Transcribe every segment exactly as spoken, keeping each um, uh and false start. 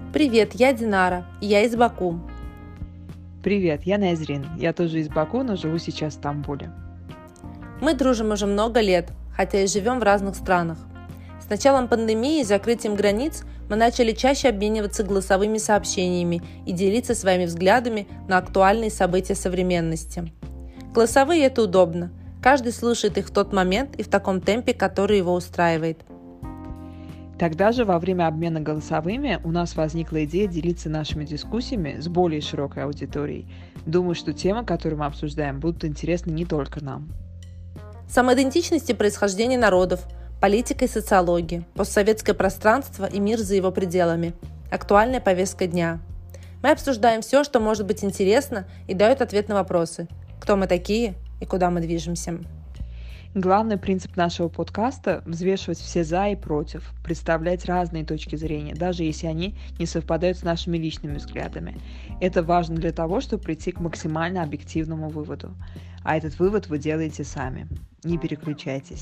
Привет, я Динара, и я из Баку. Привет, я Незрин. Я тоже из Баку, но живу сейчас в Стамбуле. Мы дружим уже много лет, хотя и живем в разных странах. С началом пандемии и закрытием границ мы начали чаще обмениваться голосовыми сообщениями и делиться своими взглядами на актуальные события современности. Голосовые – это удобно. Каждый слушает их в тот момент и в таком темпе, который его устраивает. Тогда же во время обмена голосовыми у нас возникла идея делиться нашими дискуссиями с более широкой аудиторией. Думаю, что темы, которые мы обсуждаем, будут интересны не только нам. Самоидентичность и происхождение народов, политика и социология, постсоветское пространство и мир за его пределами, актуальная повестка дня. Мы обсуждаем все, что может быть интересно и дает ответ на вопросы: кто мы такие и куда мы движемся. Главный принцип нашего подкаста – взвешивать все «за» и «против», представлять разные точки зрения, даже если они не совпадают с нашими личными взглядами. Это важно для того, чтобы прийти к максимально объективному выводу. А этот вывод вы делаете сами. Не переключайтесь.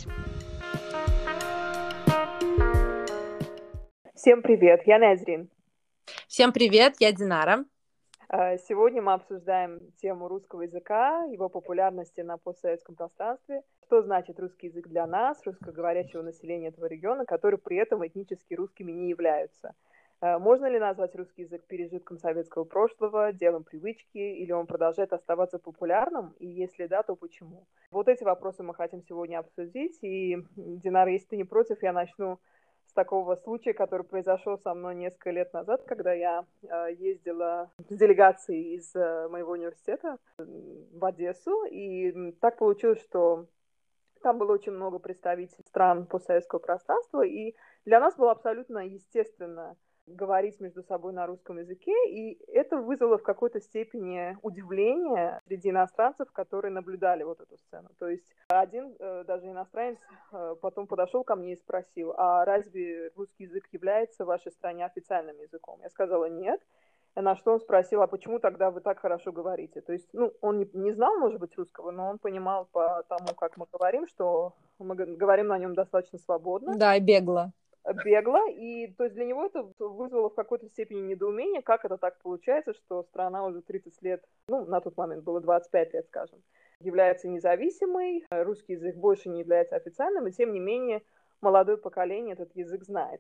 Всем привет, я Незрин. Всем привет, я Динара. Сегодня мы обсуждаем тему русского языка, его популярности на постсоветском пространстве, что значит русский язык для нас, русскоговорящего населения этого региона, которые при этом этнически русскими не являются. Можно ли назвать русский язык пережитком советского прошлого, делом привычки, или он продолжает оставаться популярным, и если да, то почему? Вот эти вопросы мы хотим сегодня обсудить, и, Динара, если ты не против, я начну с такого случая, который произошел со мной несколько лет назад, когда я э, ездила с делегацией из э, моего университета в Одессу, и так получилось, что там было очень много представителей стран постсоветского пространства, и для нас было абсолютно естественно говорить между собой на русском языке, и это вызвало в какой-то степени удивление среди иностранцев, которые наблюдали вот эту сцену. То есть один э, даже иностранец э, потом подошел ко мне и спросил: а разве русский язык является в вашей стране официальным языком? Я сказала нет. На что он спросил: а почему тогда вы так хорошо говорите? То есть, ну, он не, не знал, может быть, русского, но он понимал по тому, как мы говорим, что мы говорим на нем достаточно свободно. Да, бегло. Бегло, и то есть для него это вызвало в какой-то степени недоумение, как это так получается, что страна уже тридцать лет, ну, на тот момент было двадцать пять лет, скажем, является независимой, русский язык больше не является официальным, и тем не менее молодое поколение этот язык знает.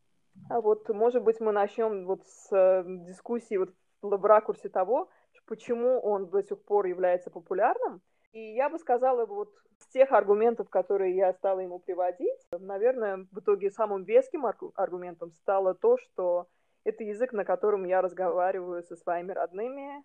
А вот, может быть, мы начнем вот с дискуссии вот в ракурсе того, почему он до сих пор является популярным. И я бы сказала, вот с тех аргументов, которые я стала ему приводить, наверное, в итоге самым веским аргументом стало то, что это язык, на котором я разговариваю со своими родными.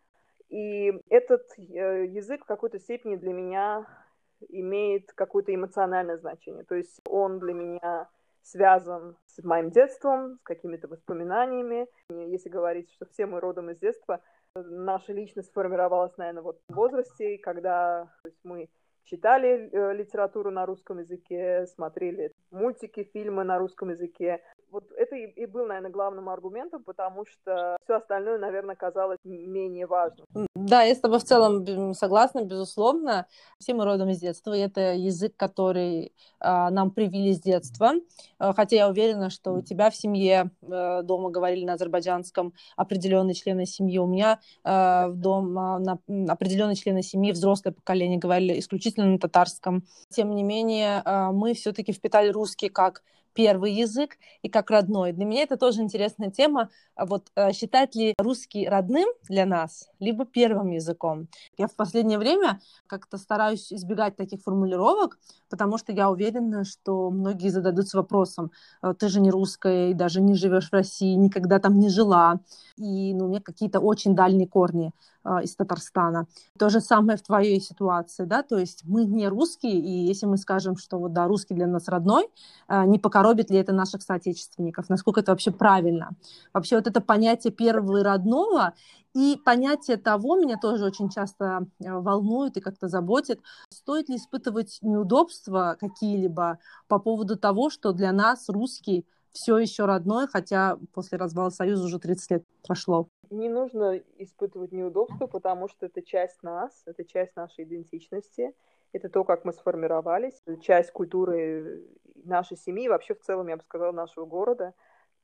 И этот язык в какой-то степени для меня имеет какое-то эмоциональное значение. То есть он для меня связан с моим детством, с какими-то воспоминаниями. Если говорить, что все мы родом из детства, наша личность сформировалась, наверное, вот в возрасте, когда то есть мы читали э, литературу на русском языке, смотрели мультики, фильмы на русском языке. Вот это и, и был, наверное, главным аргументом, потому что все остальное, наверное, казалось менее важным. Да, я с тобой в целом согласна, безусловно. Все мы родом из детства, и это язык, который э, нам привили с детства. Э, хотя я уверена, что у тебя в семье э, дома говорили на азербайджанском определенные члены семьи. У меня э, в дома на, определенные члены семьи, взрослое поколение, говорили исключительно на татарском. Тем не менее, э, мы все-таки впитали русский как первый язык и как родной. Для меня это тоже интересная тема. Вот считать ли русский родным для нас, либо первым языком? Я в последнее время как-то стараюсь избегать таких формулировок, потому что я уверена, что многие зададутся вопросом: ты же не русская и даже не живешь в России, никогда там не жила, и ну, у меня какие-то очень дальние корни э, из Татарстана. То же самое в твоей ситуации, да, то есть мы не русские, и если мы скажем, что вот да, русский для нас родной, э, не покоробит ли это наших соотечественников, насколько это вообще правильно? Вообще вот это понятие первого и родного и понятие того меня тоже очень часто волнует и как-то заботит. Стоит ли испытывать неудобства какие-либо по поводу того, что для нас русский все еще родной, хотя после развала Союза уже тридцать лет прошло? Не нужно испытывать неудобства, потому что это часть нас, это часть нашей идентичности, это то, как мы сформировались, часть культуры нашей семьи, вообще в целом, я бы сказала, нашего города.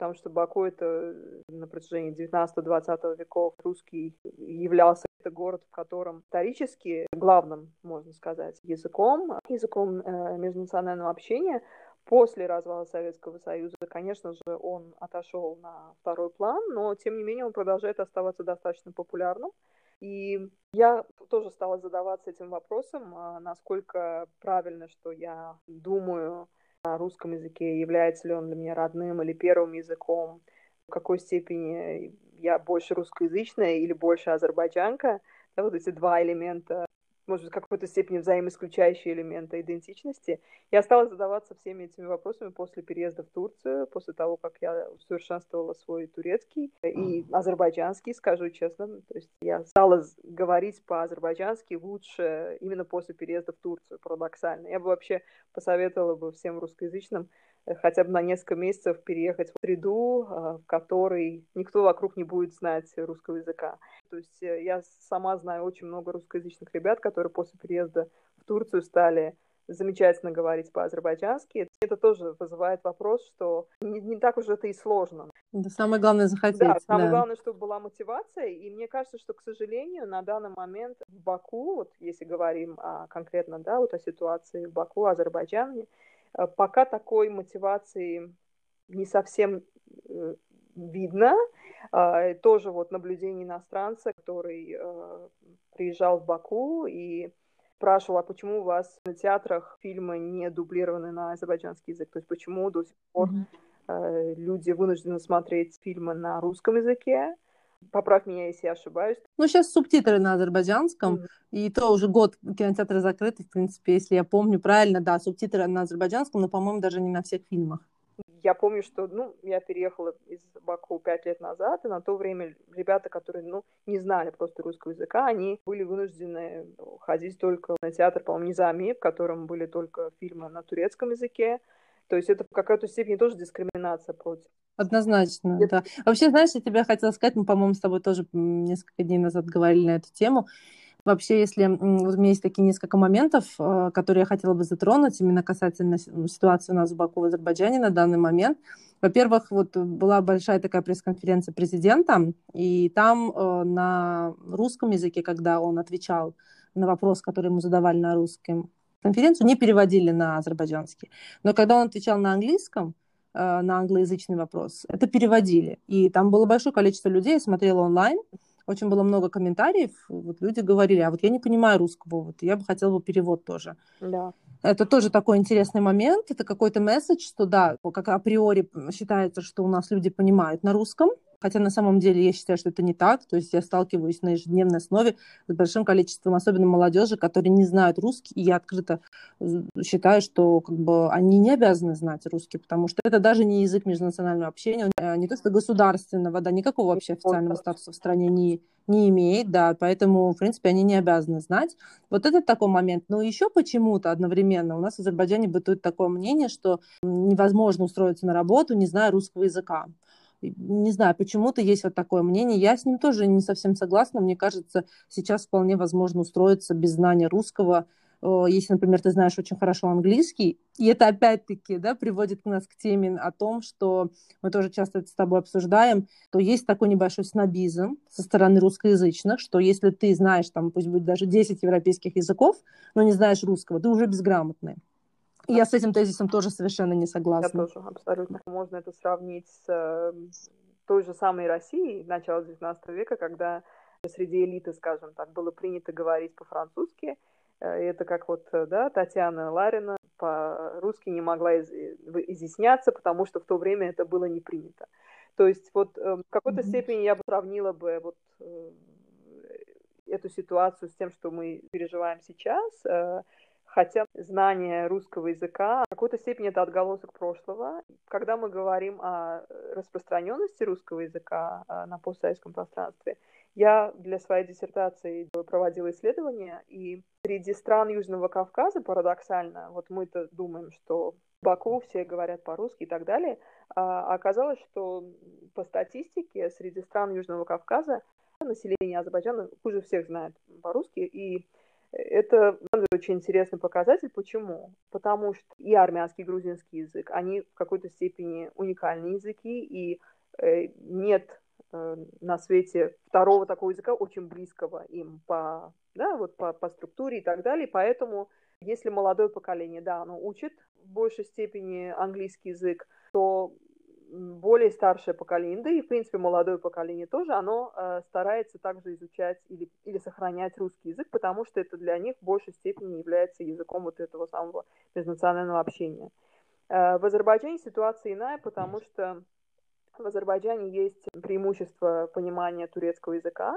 потому что Баку это на протяжении девятнадцатого-двадцатого веков русский являлся это город, в котором исторически главным, можно сказать, языком, языком э, межнационального общения. После развала Советского Союза, конечно же, он отошел на второй план, но, тем не менее, он продолжает оставаться достаточно популярным. И я тоже стала задаваться этим вопросом, насколько правильно, что я думаю о русском языке, является ли он для меня родным или первым языком, в какой степени я больше русскоязычная или больше азербайджанка. Да, вот эти два элемента, может быть, в какой-то степени взаимоисключающие элементы идентичности. Я стала задаваться всеми этими вопросами после переезда в Турцию, после того, как я усовершенствовала свой турецкий и азербайджанский, скажу честно. То есть я стала говорить по-азербайджански лучше именно после переезда в Турцию, парадоксально. Я бы вообще посоветовала бы всем русскоязычным хотя бы на несколько месяцев переехать в среду, в которой никто вокруг не будет знать русского языка. То есть я сама знаю очень много русскоязычных ребят, которые после переезда в Турцию стали замечательно говорить по-азербайджански. Это тоже вызывает вопрос, что не, не так уж это и сложно. Да, самое главное захотеть. Да, самое да. главное, чтобы была мотивация. И мне кажется, что, к сожалению, на данный момент в Баку, вот если говорим о, конкретно да, вот о ситуации в Баку, Азербайджане, пока такой мотивации не совсем э, видно. Э, тоже вот наблюдение иностранца, который э, приезжал в Баку и спрашивал, а почему у вас на театрах фильмы не дублированы на азербайджанский язык? То есть почему до сих пор э, люди вынуждены смотреть фильмы на русском языке? Поправь меня, если я ошибаюсь. Ну, сейчас субтитры на азербайджанском, Mm-hmm. и то уже год кинотеатры закрыты, в принципе, если я помню правильно, да, субтитры на азербайджанском, но, по-моему, даже не на всех фильмах. Я помню, что, ну, я переехала из Баку пять лет назад, и на то время ребята, которые, ну, не знали просто русского языка, они были вынуждены ходить только на театр, по-моему, Низами, в котором были только фильмы на турецком языке. То есть это в какой-то степени тоже дискриминация против. Однозначно, да. Вообще, знаешь, я тебе хотела сказать, мы, по-моему, с тобой тоже несколько дней назад говорили на эту тему. Вообще, если вот у меня есть такие несколько моментов, которые я хотела бы затронуть, именно касательно ситуации у нас в Баку, в Азербайджане на данный момент. Во-первых, вот была большая такая пресс-конференция президента, и там на русском языке, когда он отвечал на вопрос, который ему задавали на русском, конференцию не переводили на азербайджанский. Но когда он отвечал на английском, на англоязычный вопрос, это переводили. И там было большое количество людей, я смотрела онлайн, очень было много комментариев, вот люди говорили, а вот я не понимаю русского, вот я бы хотела бы перевод тоже. Да. Это тоже такой интересный момент, это какой-то месседж, что да, как априори считается, что у нас люди понимают на русском, хотя на самом деле я считаю, что это не так, то есть я сталкиваюсь на ежедневной основе с большим количеством, особенно молодежи, которые не знают русский, и я открыто считаю, что как бы они не обязаны знать русский, потому что это даже не язык межнационального общения, не то что государственного, да, никакого вообще официального статуса в стране не, не имеет, да, поэтому, в принципе, они не обязаны знать. Вот это такой момент. Но еще почему-то одновременно у нас в Азербайджане бытует такое мнение, что невозможно устроиться на работу, не зная русского языка. Не знаю, почему-то есть вот такое мнение. Я с ним тоже не совсем согласна. Мне кажется, сейчас вполне возможно устроиться без знания русского. Если, например, ты знаешь очень хорошо английский, и это опять-таки да, приводит нас к теме о том, что мы тоже часто это с тобой обсуждаем, то есть такой небольшой снобизм со стороны русскоязычных, что если ты знаешь, там, пусть будет даже десять европейских языков, но не знаешь русского, ты уже безграмотный. И я с этим тезисом тоже совершенно не согласна. Я тоже, абсолютно. Можно это сравнить с э, той же самой Россией начала девятнадцатого века, когда среди элиты, скажем так, было принято говорить по-французски. Это как вот, да, Татьяна Ларина по-русски не могла из- изъясняться, потому что в то время это было не принято. То есть вот э, в какой-то mm-hmm. степени я бы сравнила бы вот э, эту ситуацию с тем, что мы переживаем сейчас. Э, Хотя знание русского языка в какой-то степени это отголосок прошлого. Когда мы говорим о распространенности русского языка на постсоветском пространстве, я для своей диссертации проводила исследования, и среди стран Южного Кавказа, парадоксально, вот мы-то думаем, что в Баку все говорят по-русски и так далее, а оказалось, что по статистике среди стран Южного Кавказа население Азербайджана хуже всех знает по-русски, и Это очень интересный показатель. Почему? Потому что и армянский, и грузинский язык, они в какой-то степени уникальные языки, и э, нет э, на свете второго такого языка, очень близкого им по, да, вот по, по структуре и так далее. Поэтому, если молодое поколение, да, оно учит в большей степени английский язык, то более старшее поколение, да и, в принципе, молодое поколение тоже, оно э, старается также изучать или, или сохранять русский язык, потому что это для них в большей степени является языком вот этого самого межнационального общения. Э, в Азербайджане ситуация иная, потому что в Азербайджане есть преимущество понимания турецкого языка,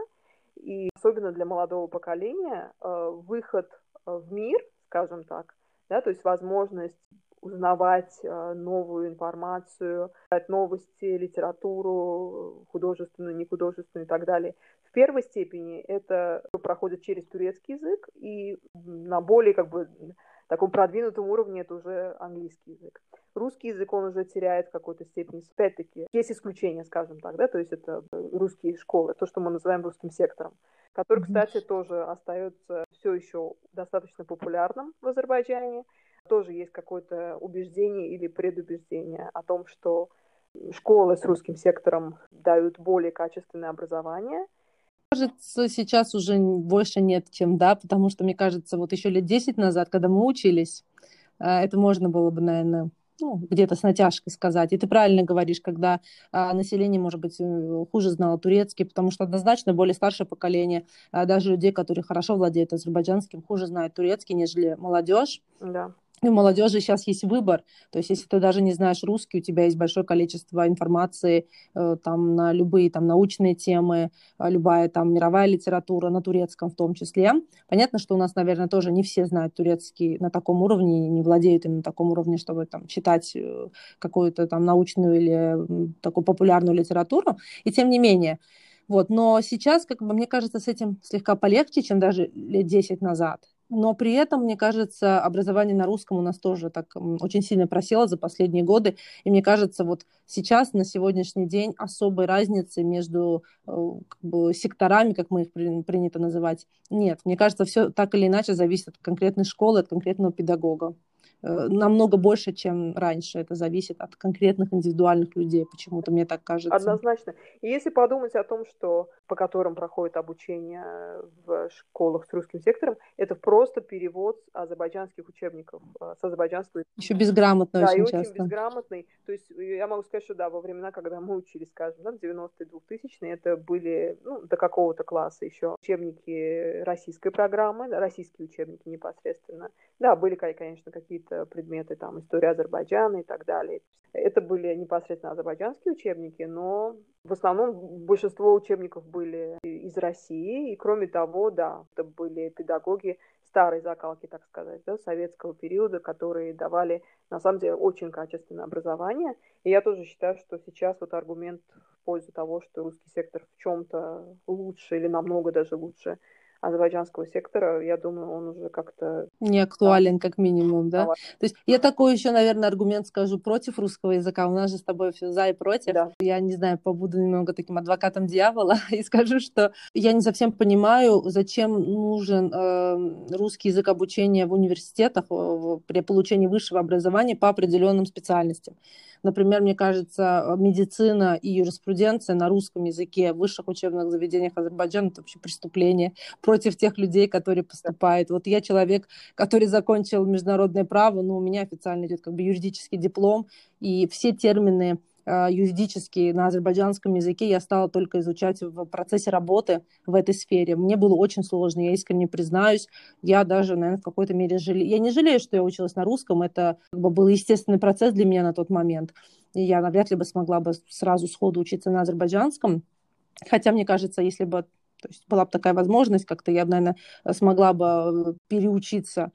и особенно для молодого поколения э, выход в мир, скажем так, да, то есть возможность узнавать э, новую информацию, читать новости, литературу, художественную, нехудожественную и так далее. В первой степени это проходит через турецкий язык, и на более как бы таком продвинутом уровне это уже английский язык. Русский язык, он уже теряет в какой-то степени. Опять-таки, есть исключения, скажем так, да, то есть это русские школы, то, что мы называем русским сектором, который, кстати, тоже остается все еще достаточно популярным в Азербайджане. Тоже есть какое-то убеждение или предубеждение о том, что школы с русским сектором дают более качественное образование. Кажется, сейчас уже больше нет, чем да, потому что, мне кажется, вот еще лет десять назад, когда мы учились, это можно было бы, наверное, ну, где-то с натяжкой сказать. И ты правильно говоришь, когда а, население, может быть, хуже знало турецкий, потому что однозначно более старшее поколение, а, даже людей, которые хорошо владеют азербайджанским, хуже знают турецкий, нежели молодежь. Да. И у молодежи сейчас есть выбор. То есть, если ты даже не знаешь русский, у тебя есть большое количество информации э, там, на любые там, научные темы, э, любая там, мировая литература, на турецком в том числе. Понятно, что у нас, наверное, тоже не все знают турецкий на таком уровне, не владеют им на таком уровне, чтобы там, читать э, какую-то там, научную или э, такую популярную литературу. И тем не менее. Вот. Но сейчас, как бы, мне кажется, с этим слегка полегче, чем даже лет десять назад. Но при этом, мне кажется, образование на русском у нас тоже так очень сильно просело за последние годы. И мне кажется, вот сейчас, на сегодняшний день, особой разницы между как бы, секторами, как мы их принято называть, нет. Мне кажется, все так или иначе зависит от конкретной школы, от конкретного педагога. Намного больше, чем раньше. Это зависит от конкретных индивидуальных людей. Почему-то мне так кажется. Однозначно. И если подумать о том, что по которым проходит обучение в школах с русским сектором, это просто перевод азербайджанских учебников с азербайджанского языка. Еще безграмотный да, очень и часто. очень безграмотный. То есть я могу сказать, что да, во времена, когда мы учились, скажем, да, в девяностые, двухтысячные, это были, ну, до какого-то класса еще учебники российской программы, да, российские учебники непосредственно. Да, были, конечно, какие-то предметы, там, история Азербайджана и так далее. Это были непосредственно азербайджанские учебники, но в основном большинство учебников были из России, и кроме того, да, это были педагоги старой закалки, так сказать, да, советского периода, которые давали, на самом деле, очень качественное образование. И я тоже считаю, что сейчас вот аргумент в пользу того, что русский сектор в чем-то лучше или намного даже лучше азербайджанского сектора, я думаю, он уже как-то... Не актуален, как минимум, да? Давай. То есть я такой еще, наверное, аргумент скажу против русского языка. У нас же с тобой все за и против. Да. Я, не знаю, побуду немного таким адвокатом дьявола и скажу, что я не совсем понимаю, зачем нужен э, русский язык обучения в университетах э, при получении высшего образования по определенным специальностям. Например, мне кажется, медицина и юриспруденция на русском языке в высших учебных заведениях Азербайджана — это вообще преступление против тех людей, которые поступают. Вот я человек, который закончил международное право, но у меня официально идет как бы юридический диплом, и все термины э, юридические на азербайджанском языке я стала только изучать в процессе работы в этой сфере. Мне было очень сложно, я искренне признаюсь. Я даже, наверное, в какой-то мере жалею. Я не жалею, что я училась на русском, это как бы был естественный процесс для меня на тот момент. И я навряд ли бы смогла бы сразу сходу учиться на азербайджанском. Хотя, мне кажется, если бы То есть была бы такая возможность, как-то я, наверное, смогла бы переучиться.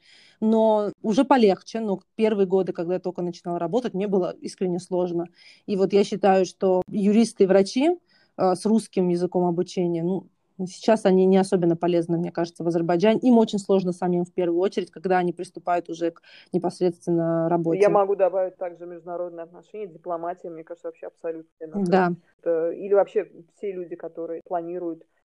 Но уже полегче. Но первые годы, когда я только начинала работать, мне было искренне сложно. И вот я считаю, что юристы и врачи э, с русским языком обучения, ну, сейчас они не особенно полезны, мне кажется, в Азербайджане. Им очень сложно самим в первую очередь, когда они приступают уже к непосредственно работе. Я могу добавить также международные отношения, дипломатия, мне кажется, вообще абсолютно. Да. Или вообще все люди, которые планируют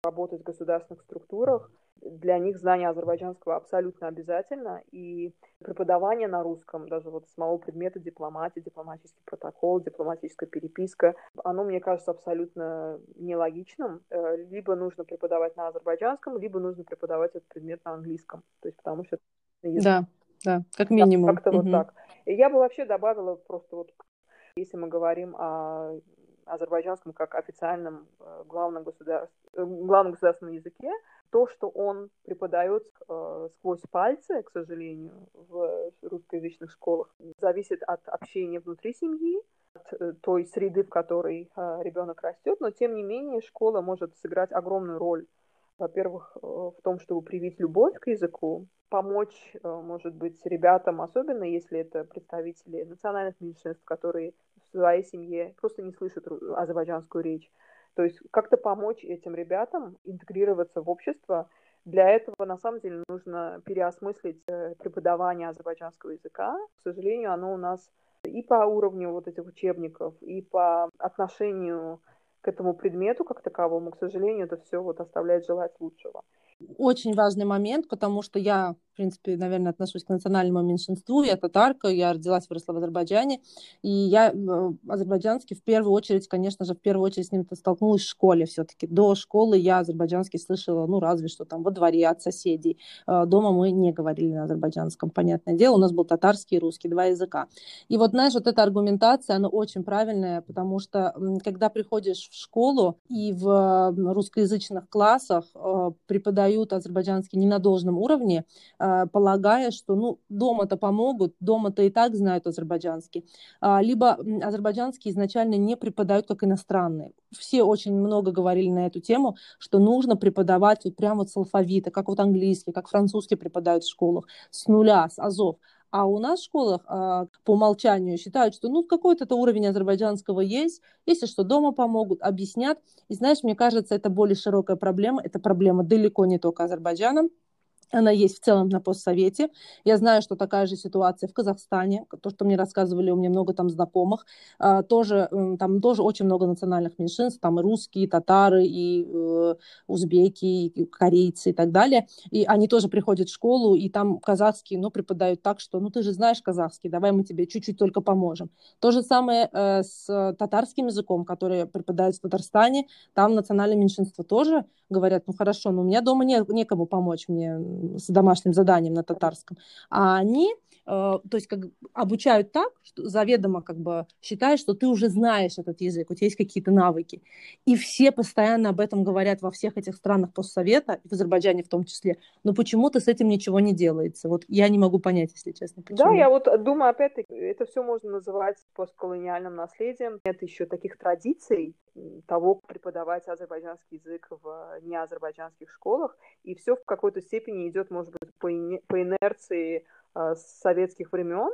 работать в государственных структурах, для них знание азербайджанского абсолютно обязательно, и преподавание на русском, даже вот самого предмета дипломатии, дипломатический протокол, дипломатическая переписка, оно, мне кажется, абсолютно нелогичным. Либо нужно преподавать на азербайджанском, либо нужно преподавать этот предмет на английском. То есть потому что язык. Да, да, как минимум. Как-то угу. вот так. И я бы вообще добавила просто вот, если мы говорим о азербайджанском как официальном главном, государ... главном государственном языке, то, что он преподается э, сквозь пальцы, к сожалению, в русскоязычных школах, зависит от общения внутри семьи, от э, той среды, в которой э, ребенок растет, но тем не менее школа может сыграть огромную роль, во-первых, э, в том, чтобы привить любовь к языку, помочь, э, может быть, ребятам, особенно если это представители национальных меньшинств, которые в своей семье просто не слышат азербайджанскую речь. То есть как-то помочь этим ребятам интегрироваться в общество. Для этого, на самом деле, нужно переосмыслить преподавание азербайджанского языка. К сожалению, оно у нас и по уровню вот этих учебников, и по отношению к этому предмету как таковому, к сожалению, это все вот оставляет желать лучшего. Очень важный момент, потому что я, в принципе, наверное, отношусь к национальному меньшинству. Я татарка, я родилась, выросла в Азербайджане. И я азербайджанский в первую очередь, конечно же, в первую очередь с ним столкнулась в школе все-таки. До школы я азербайджанский слышала, ну, разве что там во дворе от соседей. Дома мы не говорили на азербайджанском, понятное дело. У нас был татарский и русский, два языка. И вот, знаешь, вот эта аргументация, она очень правильная, потому что, когда приходишь в школу и в русскоязычных классах преподают азербайджанский не на должном уровне, полагая, что ну, дома-то помогут, дома-то и так знают азербайджанский. Либо азербайджанский изначально не преподают как иностранный. Все очень много говорили на эту тему, что нужно преподавать вот прямо вот с алфавита, как вот английский, как французский преподают в школах, с нуля, с азов. А у нас в школах а, по умолчанию считают, что ну какой-то уровень азербайджанского есть, если что, дома помогут, объяснят. И знаешь, мне кажется, это более широкая проблема, это проблема далеко не только Азербайджана. Она есть в целом на постсовете. Я знаю, что такая же ситуация в Казахстане. То, что мне рассказывали, у меня много там знакомых. А, тоже, там тоже очень много национальных меньшинств. Там и русские, и татары, и э, узбеки, и корейцы и так далее. И они тоже приходят в школу, и там казахский, ну, преподают так, что, ну, ты же знаешь казахский, давай мы тебе чуть-чуть только поможем. То же самое э, с татарским языком, который преподают в Татарстане. Там национальные меньшинства тоже говорят, ну, хорошо, но у меня дома не, некому помочь мне с домашним заданием на татарском, а они, э, то есть как обучают так, что заведомо как бы считают, что ты уже знаешь этот язык, у тебя есть какие-то навыки. И все постоянно об этом говорят во всех этих странах постсовета, в Азербайджане в том числе, но почему-то с этим ничего не делается. Вот я не могу понять, если честно, почему. Да, я вот думаю, опять-таки, это все можно называть постколониальным наследием. Нет еще таких традиций того, как преподавать азербайджанский язык в неазербайджанских школах, и все в какой-то степени идет, может быть, по, по инерции э, с советских времен,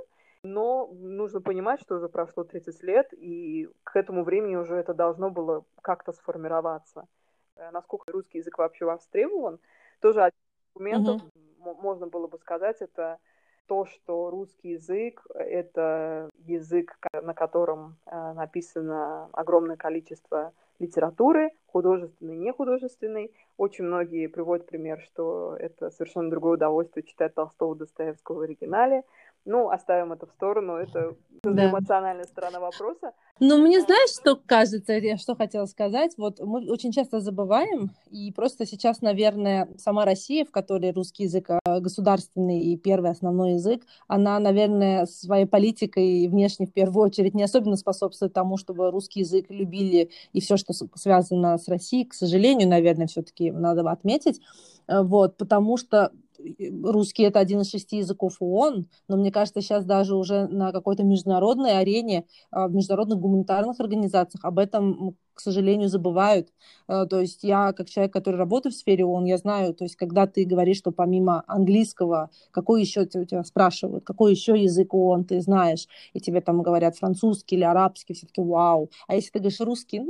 но нужно понимать, что уже прошло тридцать лет, и к этому времени уже это должно было как-то сформироваться. Э, насколько русский язык вообще востребован, тоже один из аргументов, угу. можно было бы сказать, это то, что русский язык – это язык, на котором э, написано огромное количество литературы, художественной и нехудожественной. Очень многие приводят пример, что это совершенно другое удовольствие читать Толстого, Достоевского в оригинале. Ну, оставим это в сторону, это да. эмоциональная сторона вопроса. Ну, мне знаешь, что кажется, я что хотела сказать, вот мы очень часто забываем, и просто сейчас, наверное, сама Россия, в которой русский язык государственный и первый основной язык, она, наверное, своей политикой внешне в первую очередь не особенно способствует тому, чтобы русский язык любили и все, что связано с Россией, к сожалению, наверное, все-таки надо отметить, вот, потому что русский — это один из шести языков ООН, но мне кажется, сейчас даже уже на какой-то международной арене, в международных гуманитарных организациях об этом, к сожалению, забывают. То есть я, как человек, который работает в сфере ООН, я знаю, то есть когда ты говоришь, что помимо английского, какой еще тебя спрашивают, какой еще язык ООН ты знаешь, и тебе там говорят французский или арабский, все таки вау. А если ты говоришь русский, ну,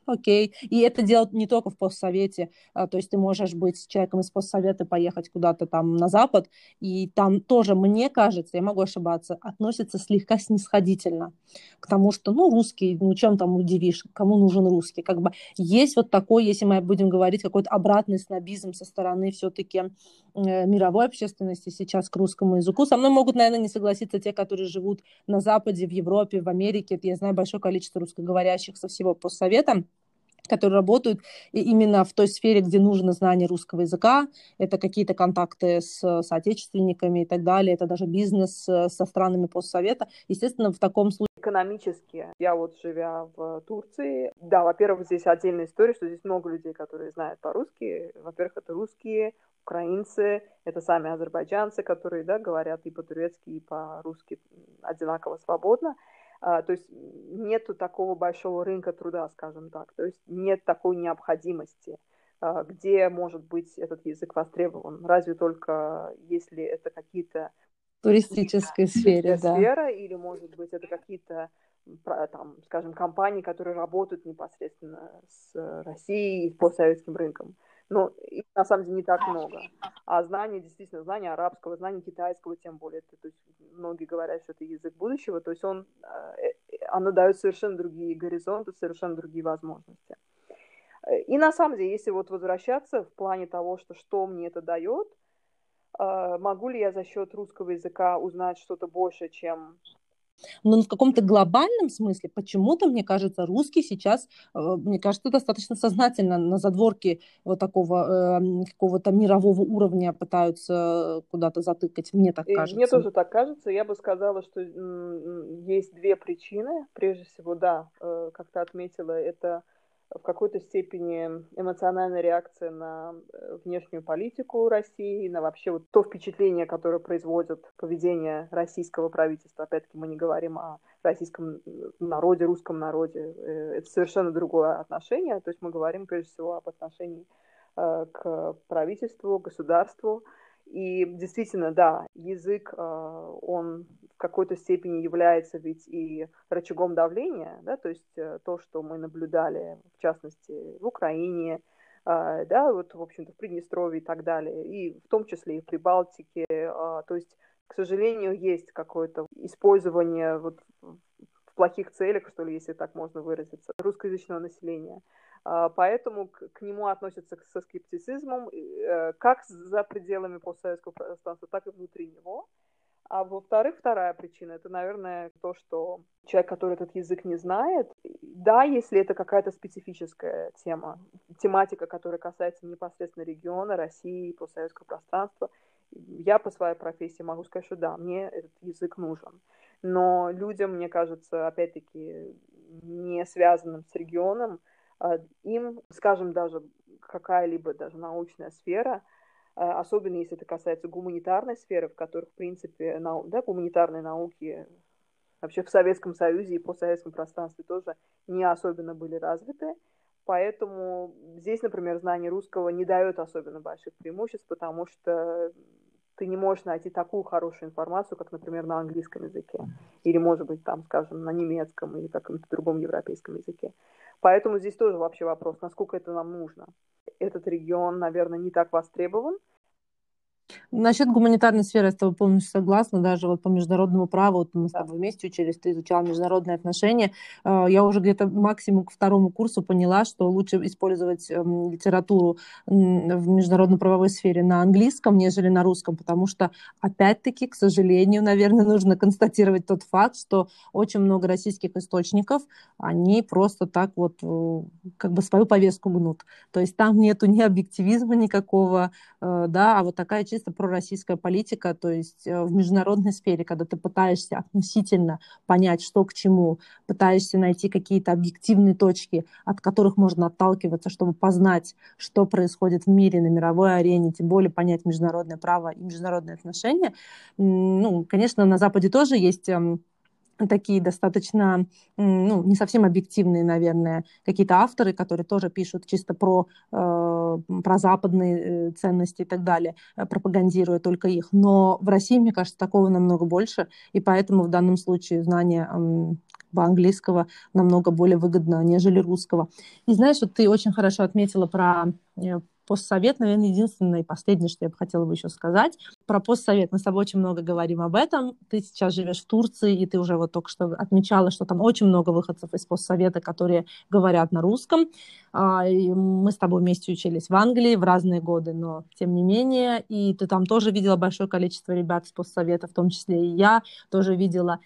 окей. И это делают не только в постсовете, а, то есть ты можешь быть человеком из постсовета, поехать куда-то там на Запад, и там тоже, мне кажется, я могу ошибаться, относятся слегка снисходительно к тому, что, ну, русский, ну, чем там удивишь, кому нужен русский, как бы есть вот такой, если мы будем говорить, какой-то обратный снобизм со стороны все-таки э, мировой общественности сейчас к русскому языку. Со мной могут, наверное, не согласиться те, которые живут на Западе, в Европе, в Америке. Я знаю большое количество русскоговорящих со всего постсовета, которые работают именно в той сфере, где нужно знание русского языка. Это какие-то контакты с соотечественниками и так далее. Это даже бизнес со странами постсовета. Естественно, в таком случае... Экономически, я вот живя в Турции, да, во-первых, здесь отдельная история, что здесь много людей, которые знают по-русски. Во-первых, это русские, украинцы, это сами азербайджанцы, которые, да, говорят и по-турецки, и по-русски одинаково свободно. Uh, то есть нету такого большого рынка труда, скажем так, то есть нет такой необходимости, uh, где может быть этот язык востребован, разве только если это какие-то туристической сфере, да. Сфера, или может быть это какие-то, там, скажем, компании, которые работают непосредственно с Россией и с постсоветским рынком. Но их на самом деле не так много. А знание, действительно, знание арабского, знание китайского, тем более, это, то есть многие говорят, что это язык будущего, то есть он, оно дает совершенно другие горизонты, совершенно другие возможности. И на самом деле, если вот возвращаться в плане того, что, что мне это дает, могу ли я за счет русского языка узнать что-то больше, чем... Но в каком-то глобальном смысле почему-то, мне кажется, русский сейчас, мне кажется, достаточно сознательно на задворке вот такого э, какого-то мирового уровня пытаются куда-то затыкать. Мне так кажется. Мне тоже так кажется. Я бы сказала, что есть две причины. Прежде всего, да, как ты отметила, это в какой-то степени эмоциональная реакция на внешнюю политику России, на вообще вот то впечатление, которое производит поведение российского правительства. Опять-таки мы не говорим о российском народе, русском народе. Это совершенно другое отношение. То есть мы говорим прежде всего об отношении к правительству, государству. И действительно, да, язык, он в какой-то степени является ведь и рычагом давления, да, то есть то, что мы наблюдали, в частности, в Украине, да, вот, в общем-то, в Приднестровье и так далее, и в том числе и в Прибалтике, то есть, к сожалению, есть какое-то использование вот в плохих целях, что ли, если так можно выразиться, русскоязычного населения. Поэтому к, к нему относятся со скептицизмом как за пределами постсоветского пространства, так и внутри него. А во-вторых, вторая причина, это, наверное, то, что человек, который этот язык не знает, да, если это какая-то специфическая тема, тематика, которая касается непосредственно региона, России, постсоветского пространства, я по своей профессии могу сказать, что да, мне этот язык нужен. Но людям, мне кажется, опять-таки, не связанным с регионом, им, скажем, даже какая-либо даже научная сфера, особенно если это касается гуманитарной сферы, в которой, в принципе, нау... да, гуманитарные науки вообще в Советском Союзе и постсоветском пространстве тоже не особенно были развиты. Поэтому здесь, например, знание русского не дает особенно больших преимуществ, потому что ты не можешь найти такую хорошую информацию, как, например, на английском языке. Или, может быть, там, скажем, на немецком или каком-то другом европейском языке. Поэтому здесь тоже вообще вопрос, насколько это нам нужно. Этот регион, наверное, не так востребован. Насчет гуманитарной сферы я с тобой полностью согласна. Даже вот по международному праву, вот мы с тобой вместе учились, ты изучала международные отношения. Я уже где-то максимум к второму курсу поняла, что лучше использовать литературу в международно-правовой сфере на английском, нежели на русском, потому что, опять-таки, к сожалению, наверное, нужно констатировать тот факт, что очень много российских источников, они просто так вот как бы свою повестку гнут. То есть там нету ни объективизма никакого, да, а вот такая чисто пророссийская политика, то есть в международной сфере, когда ты пытаешься относительно понять, что к чему, пытаешься найти какие-то объективные точки, от которых можно отталкиваться, чтобы познать, что происходит в мире, на мировой арене, тем более понять международное право и международные отношения. Ну, конечно, на Западе тоже есть такие достаточно, ну, не совсем объективные, наверное, какие-то авторы, которые тоже пишут чисто про, э, про западные ценности и так далее, пропагандируя только их. Но в России, мне кажется, такого намного больше, и поэтому в данном случае знание э, английского намного более выгодно, нежели русского. И знаешь, вот ты очень хорошо отметила про постсовет, наверное, единственное и последнее, что я бы хотела бы еще сказать. Про постсовет мы с тобой очень много говорим об этом. Ты сейчас живешь в Турции, и ты уже вот только что отмечала, что там очень много выходцев из постсовета, которые говорят на русском. И мы с тобой вместе учились в Англии в разные годы, но тем не менее. И ты там тоже видела большое количество ребят из постсовета, в том числе и я тоже видела.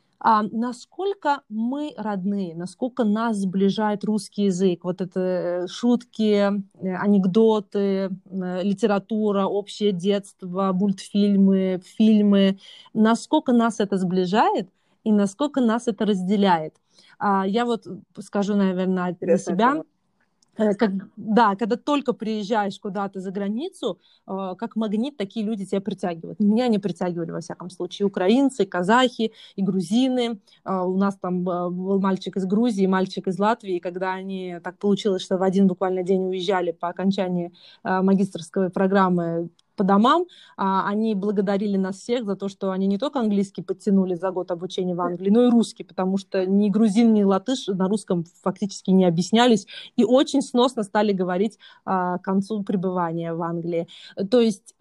А насколько мы родные, насколько нас сближает русский язык, вот это шутки, анекдоты, литература, общее детство, мультфильмы, фильмы, насколько нас это сближает и насколько нас это разделяет. Я вот скажу, наверное, за себя. Как, да, когда только приезжаешь куда-то за границу, э, как магнит такие люди тебя притягивают. Меня не притягивали, во всяком случае, украинцы, казахи и грузины. Э, у нас там был мальчик из Грузии, мальчик из Латвии, и когда они, так получилось, что в один буквально день уезжали по окончании э, магистерской программы по домам, они благодарили нас всех за то, что они не только английский подтянули за год обучения в Англии, но и русский, потому что ни грузин, ни латыш на русском фактически не объяснялись и очень сносно стали говорить к концу пребывания в Англии. То есть,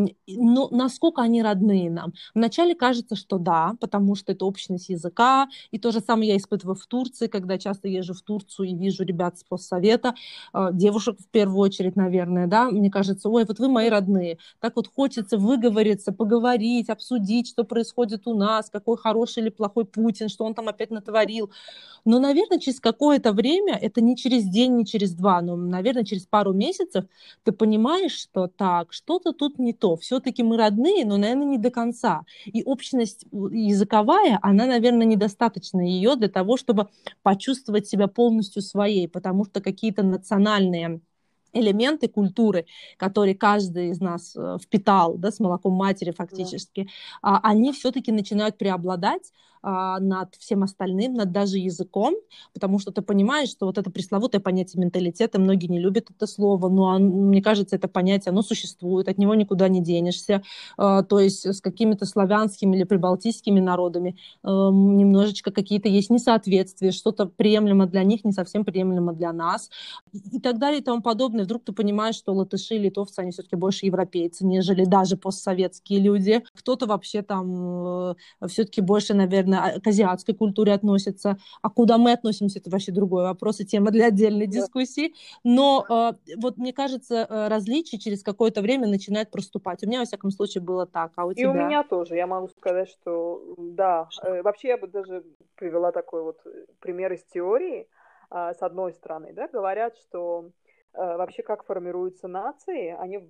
ну, насколько они родные нам? Вначале кажется, что да, потому что это общность языка, и то же самое я испытываю в Турции, когда часто езжу в Турцию и вижу ребят с постсовета, девушек в первую очередь, наверное, да, мне кажется, ой, вот вы мои родные. Так вот хочется выговориться, поговорить, обсудить, что происходит у нас, какой хороший или плохой Путин, что он там опять натворил. Но, наверное, через какое-то время, это не через день, не через два, но, наверное, через пару месяцев ты понимаешь, что так, что-то тут не то. Все-таки мы родные, но, наверное, не до конца. И общность языковая, она, наверное, недостаточна ее для того, чтобы почувствовать себя полностью своей, потому что какие-то национальные элементы культуры, которые каждый из нас впитал, да, с молоком матери фактически, да, они все-таки начинают преобладать над всем остальным, над даже языком, потому что ты понимаешь, что вот это пресловутое понятие менталитета, многие не любят это слово, но он, мне кажется, это понятие, оно существует, от него никуда не денешься. То есть с какими-то славянскими или прибалтийскими народами немножечко какие-то есть несоответствия, что-то приемлемо для них, не совсем приемлемо для нас, и так далее и тому подобное. Вдруг ты понимаешь, что латыши и литовцы, они все-таки больше европейцы, нежели даже постсоветские люди. Кто-то вообще там все-таки больше, наверное, к азиатской культуре относится. А куда мы относимся, это вообще другой вопрос и тема для отдельной да. дискуссии. Но э, вот мне кажется, различия через какое-то время начинают проступать. У меня, во всяком случае, было так. А у и тебя? И у меня тоже. Я могу сказать, что да. Вообще я бы даже привела такой вот пример из теории. С одной стороны, да, говорят, что вообще как формируются нации, они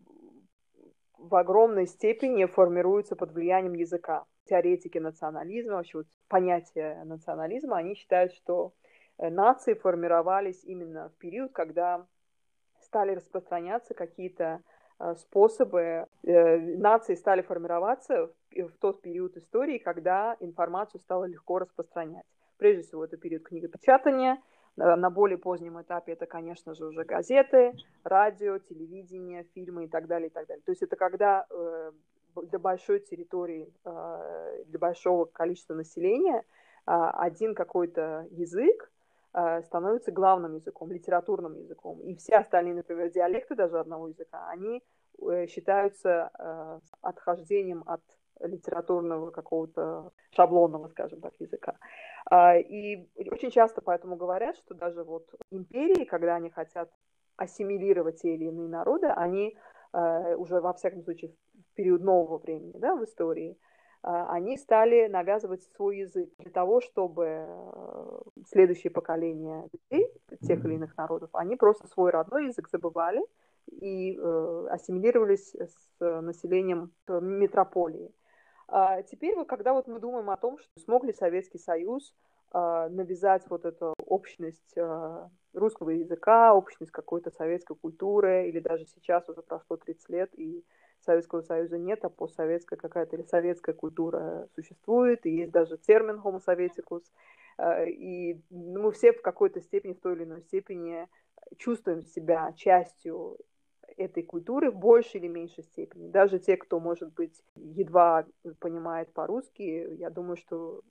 в огромной степени формируются под влиянием языка. Теоретики национализма, вообще вот понятие национализма, они считают, что нации формировались именно в период, когда стали распространяться какие-то способы, нации стали формироваться в тот период истории, когда информацию стало легко распространять. Прежде всего, это период книгопечатания. На более позднем этапе это, конечно же, уже газеты, радио, телевидение, фильмы и так далее, и так далее. То есть это когда э, для большой территории, э, для большого количества населения э, один какой-то язык э, становится главным языком, литературным языком. И все остальные, например, диалекты даже одного языка, они э, считаются э, отхождением от литературного какого-то шаблонного, скажем так, языка. И очень часто поэтому говорят, что даже вот империи, когда они хотят ассимилировать те или иные народы, они уже, во всяком случае, в период нового времени, да, в истории, они стали навязывать свой язык для того, чтобы следующее поколение людей, тех или иных народов, они просто свой родной язык забывали и ассимилировались с населением метрополии. А теперь, вот, когда вот мы думаем о том, что смог ли Советский Союз э, навязать вот эту общность э, русского языка, общность какой-то советской культуры, или даже сейчас уже прошло тридцать лет, и Советского Союза нет, а постсоветская какая-то или советская культура существует, и есть даже термин homo sovieticus, э, и мы все в какой-то степени, в той или иной степени чувствуем себя частью этой культуры в большей или меньшей степени. Даже те, кто, может быть, едва понимает по-русски, я думаю, что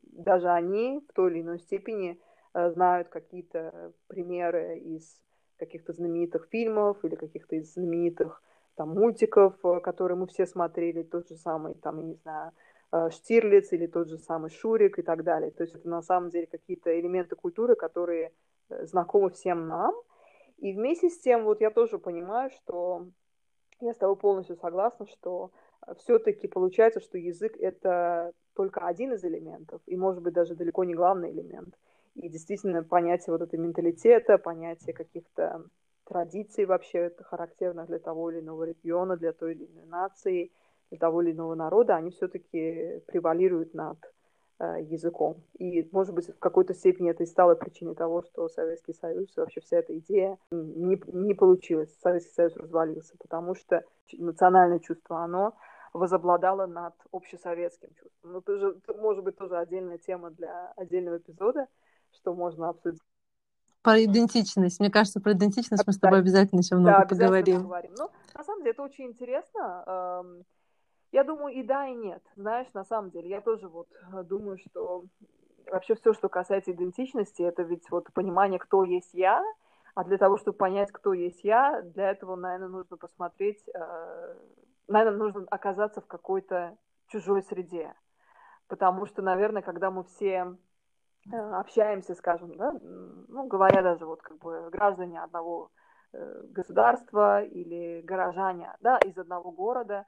даже они в той или иной степени знают какие-то примеры из каких-то знаменитых фильмов или каких-то из знаменитых там мультиков, которые мы все смотрели, тот же самый, там, я не знаю, Штирлиц или тот же самый Шурик и так далее. То есть это на самом деле какие-то элементы культуры, которые знакомы всем нам. И вместе с тем, вот я тоже понимаю, что я с тобой полностью согласна, что все-таки получается, что язык – это только один из элементов, и, может быть, даже далеко не главный элемент. И действительно понятие вот этого менталитета, понятие каких-то традиций вообще это характерно для того или иного региона, для той или иной нации, для того или иного народа, они все-таки превалируют над э, языком. И, может быть, в какой-то степени это и стало причиной того, что Советский Союз и вообще вся эта идея не, не получилась. Советский Союз развалился, потому что национальное чувство, оно возобладало над общесоветским чувством. Ну, это, же, это может быть тоже отдельная тема для отдельного эпизода, что можно обсудить. Про идентичность. Мне кажется, про идентичность мы с тобой обязательно еще много да, обязательно поговорим. поговорим. Ну, на самом деле, это очень интересно. Я думаю, и да, и нет. Знаешь, на самом деле, я тоже вот думаю, что вообще все, что касается идентичности, это ведь вот понимание, кто есть я, а для того, чтобы понять, кто есть я, для этого, наверное, нужно посмотреть, наверное, нужно оказаться в какой-то чужой среде. Потому что, наверное, когда мы все общаемся, скажем, да, ну, говоря даже вот как бы граждане одного государства или горожане, да, из одного города,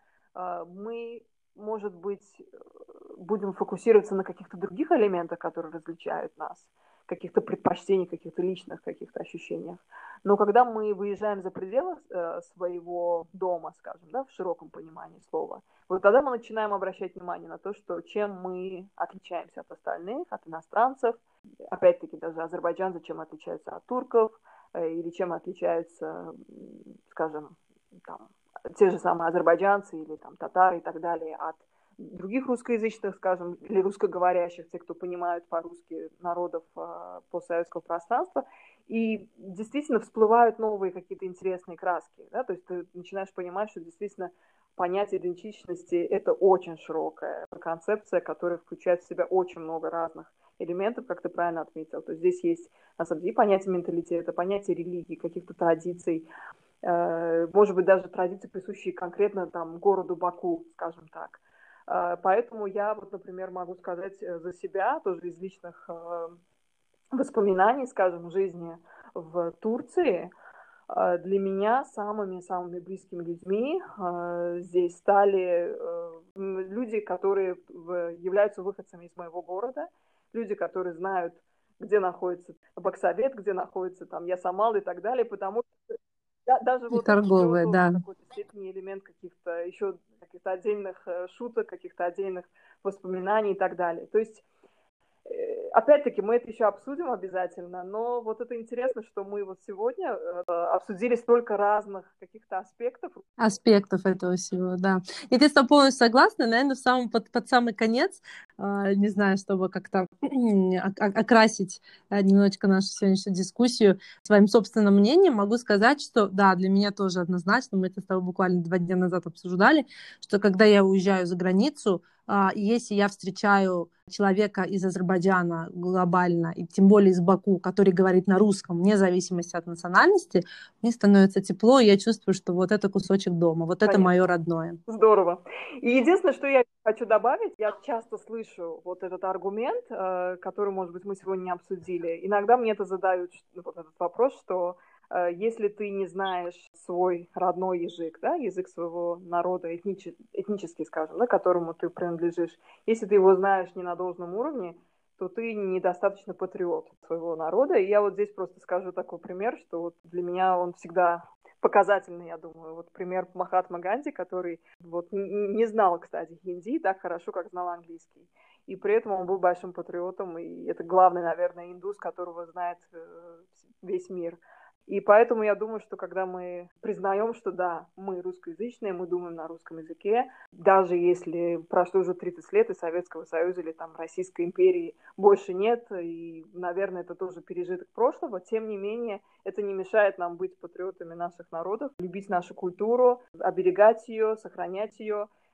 мы, может быть, будем фокусироваться на каких-то других элементах, которые различают нас, каких-то предпочтений, каких-то личных каких-то ощущениях. Но когда мы выезжаем за пределы своего дома, скажем, да, в широком понимании слова, вот тогда мы начинаем обращать внимание на то, что чем мы отличаемся от остальных, от иностранцев, опять-таки даже азербайджанцы, чем отличаются от турков, или чем отличаются, скажем, там, те же самые азербайджанцы или там татары и так далее от других русскоязычных, скажем, или русскоговорящих, те, кто понимают по-русски народов э, постсоветского пространства. И действительно всплывают новые какие-то интересные краски. Да? То есть ты начинаешь понимать, что действительно понятие идентичности – это очень широкая концепция, которая включает в себя очень много разных элементов, как ты правильно отметил. То есть здесь есть, на самом деле, понятие менталитета, понятие религии, каких-то традиций, э, может быть, даже традиции, присущие конкретно там городу Баку, скажем так. Э, поэтому я, вот, например, могу сказать за себя, тоже из личных э, воспоминаний, скажем, жизни в Турции, э, для меня самыми-самыми близкими людьми э, здесь стали э, люди, которые в, являются выходцами из моего города, люди, которые знают, где находится Баксовет, где находится там Ясамал и так далее, потому что да, даже И вот торговые, еще да. в какой-то степени элемент каких-то еще каких-то отдельных шуток, каких-то отдельных воспоминаний и так далее. То есть опять-таки, мы это еще обсудим обязательно, но вот это интересно, что мы вот сегодня э, обсудили столько разных каких-то аспектов. Аспектов этого всего, да. И ты с тобой полностью согласна, наверное, в самом, под, под самый конец, э, не знаю, чтобы как-то окрасить немножечко нашу сегодняшнюю дискуссию своим собственным мнением, могу сказать, что да, для меня тоже однозначно, мы это с тобой буквально два дня назад обсуждали, что когда я уезжаю за границу, если я встречаю человека из Азербайджана глобально, и тем более из Баку, который говорит на русском, вне зависимости от национальности, мне становится тепло, и я чувствую, что вот это кусочек дома, вот Конечно. Это мое родное. Здорово. И единственное, что я хочу добавить, я часто слышу вот этот аргумент, который, может быть, мы сегодня не обсудили. Иногда мне это задают вот этот вопрос, что если ты не знаешь свой родной язык, да, язык своего народа, этнический, этнический, скажем, да, которому ты принадлежишь, если ты его знаешь не на должном уровне, то ты недостаточно патриот своего народа. И я вот здесь просто скажу такой пример, что вот для меня он всегда показательный, я думаю. Вот пример Махатма Ганди, который вот не знал, кстати, хинди так хорошо, как знал английский. И при этом он был большим патриотом, и это главный, наверное, индус, которого знает весь мир. И поэтому я думаю, что когда мы признаем, что да, мы русскоязычные, мы думаем на русском языке, даже если прошло уже тридцать лет и Советского Союза или там Российской империи больше нет, и, наверное, это тоже пережиток прошлого, тем не менее, это не мешает нам быть патриотами наших народов, любить нашу культуру, оберегать ее, сохранять ее,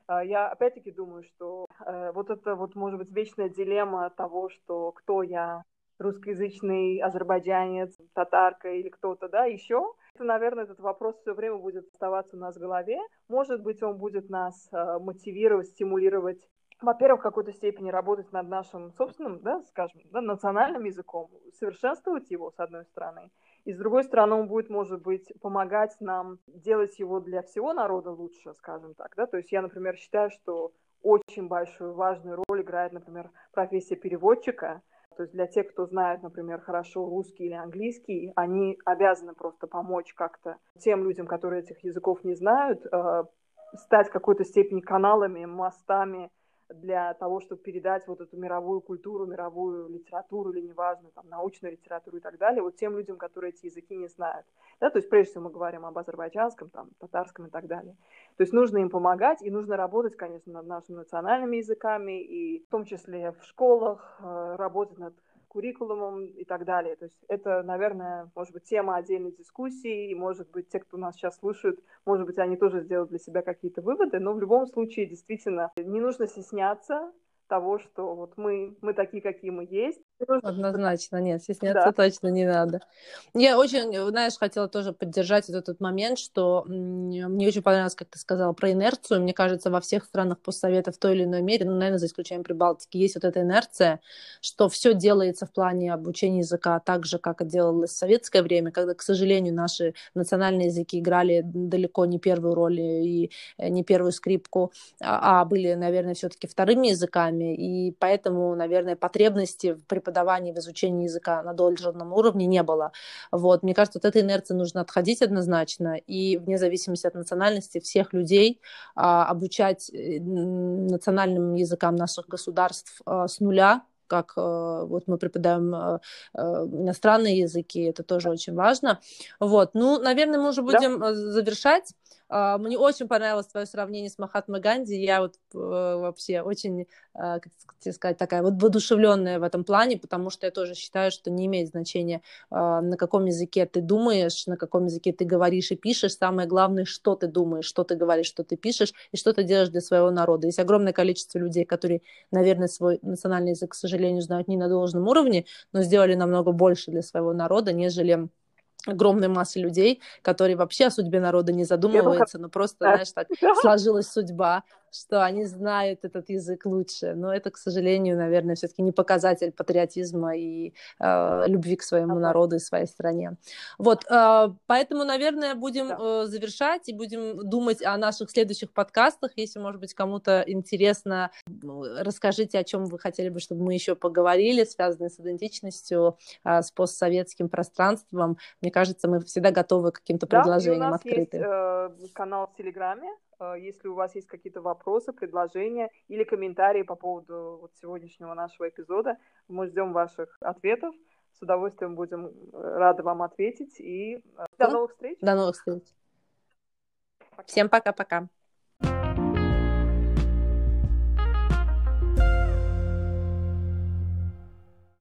Я опять-таки думаю, что вот это вот может быть вечная дилемма того, что кто я, русскоязычный азербайджанец, татарка или кто-то, да, еще. Это, наверное, этот вопрос все время будет оставаться у нас в голове. Может быть, он будет нас мотивировать, стимулировать, во-первых, в какой-то степени работать над нашим собственным, да, скажем, да, национальным языком, совершенствовать его, с одной стороны. И с другой стороны, он будет, может быть, помогать нам делать его для всего народа лучше, скажем так. Да? То есть я, например, считаю, что очень большую, важную роль играет, например, профессия переводчика. То есть для тех, кто знает, например, хорошо русский или английский, они обязаны просто помочь как-то тем людям, которые этих языков не знают, стать в какой-то степени каналами, мостами для того, чтобы передать вот эту мировую культуру, мировую литературу или, неважно, там, научную литературу и так далее, вот тем людям, которые эти языки не знают. Да? То есть, прежде всего, мы говорим об азербайджанском, там, татарском и так далее. То есть нужно им помогать, и нужно работать, конечно, над нашими национальными языками, и в том числе в школах, работать над куррикулумом и так далее. То есть это, наверное, может быть, тема отдельной дискуссии, и, может быть, те, кто нас сейчас слушают, может быть, они тоже сделают для себя какие-то выводы, но в любом случае, действительно, не нужно стесняться того, что вот мы, мы такие, какие мы есть. Однозначно, нет, стесняться да. точно не надо. Я очень, знаешь, хотела тоже поддержать вот этот момент, что мне очень понравилось, как ты сказала, про инерцию. Мне кажется, во всех странах постсовета в той или иной мере, ну, наверное, за исключением Прибалтики, есть вот эта инерция, что все делается в плане обучения языка так же, как это делалось в советское время, когда, к сожалению, наши национальные языки играли далеко не первую роль и не первую скрипку, а были, наверное, все-таки вторыми языками, и поэтому, наверное, потребности в преподавании, в изучении языка на должном уровне не было. Вот. Мне кажется, от этой инерции нужно отходить однозначно, и вне зависимости от национальности всех людей а, обучать национальным языкам наших государств а, с нуля, как э, вот мы преподаем э, э, иностранные языки, это тоже очень важно. Вот. Ну, наверное, мы уже будем да. завершать. Uh, мне очень понравилось твое сравнение с Махатмой Ганди. Я вот uh, вообще очень, uh, как тебе сказать, такая вот воодушевленная в этом плане, потому что я тоже считаю, что не имеет значения, uh, на каком языке ты думаешь, на каком языке ты говоришь и пишешь. Самое главное, что ты думаешь, что ты говоришь, что ты пишешь и что ты делаешь для своего народа. Есть огромное количество людей, которые, наверное, свой национальный язык, к сожалению, знают не на должном уровне, но сделали намного больше для своего народа, нежели огромной массы людей, которые вообще о судьбе народа не задумываются, но просто, знаешь, так сложилась судьба, что они знают этот язык лучше. Но это, к сожалению, наверное, все-таки не показатель патриотизма и э, любви к своему народу и своей стране. Вот, э, поэтому, наверное, будем э, завершать и будем думать о наших следующих подкастах. Если, может быть, кому-то интересно, расскажите, о чем вы хотели бы, чтобы мы еще поговорили, связанные с идентичностью, э, с постсоветским пространством. Мне кажется, мы всегда готовы к каким-то да, предложениям, и у нас открыты. Есть э, канал в Телеграме. Если у вас есть какие-то вопросы, предложения или комментарии по поводу вот сегодняшнего нашего эпизода, мы ждем ваших ответов. С удовольствием будем рады вам ответить. И до новых встреч. До новых встреч. Пока. Всем пока-пока.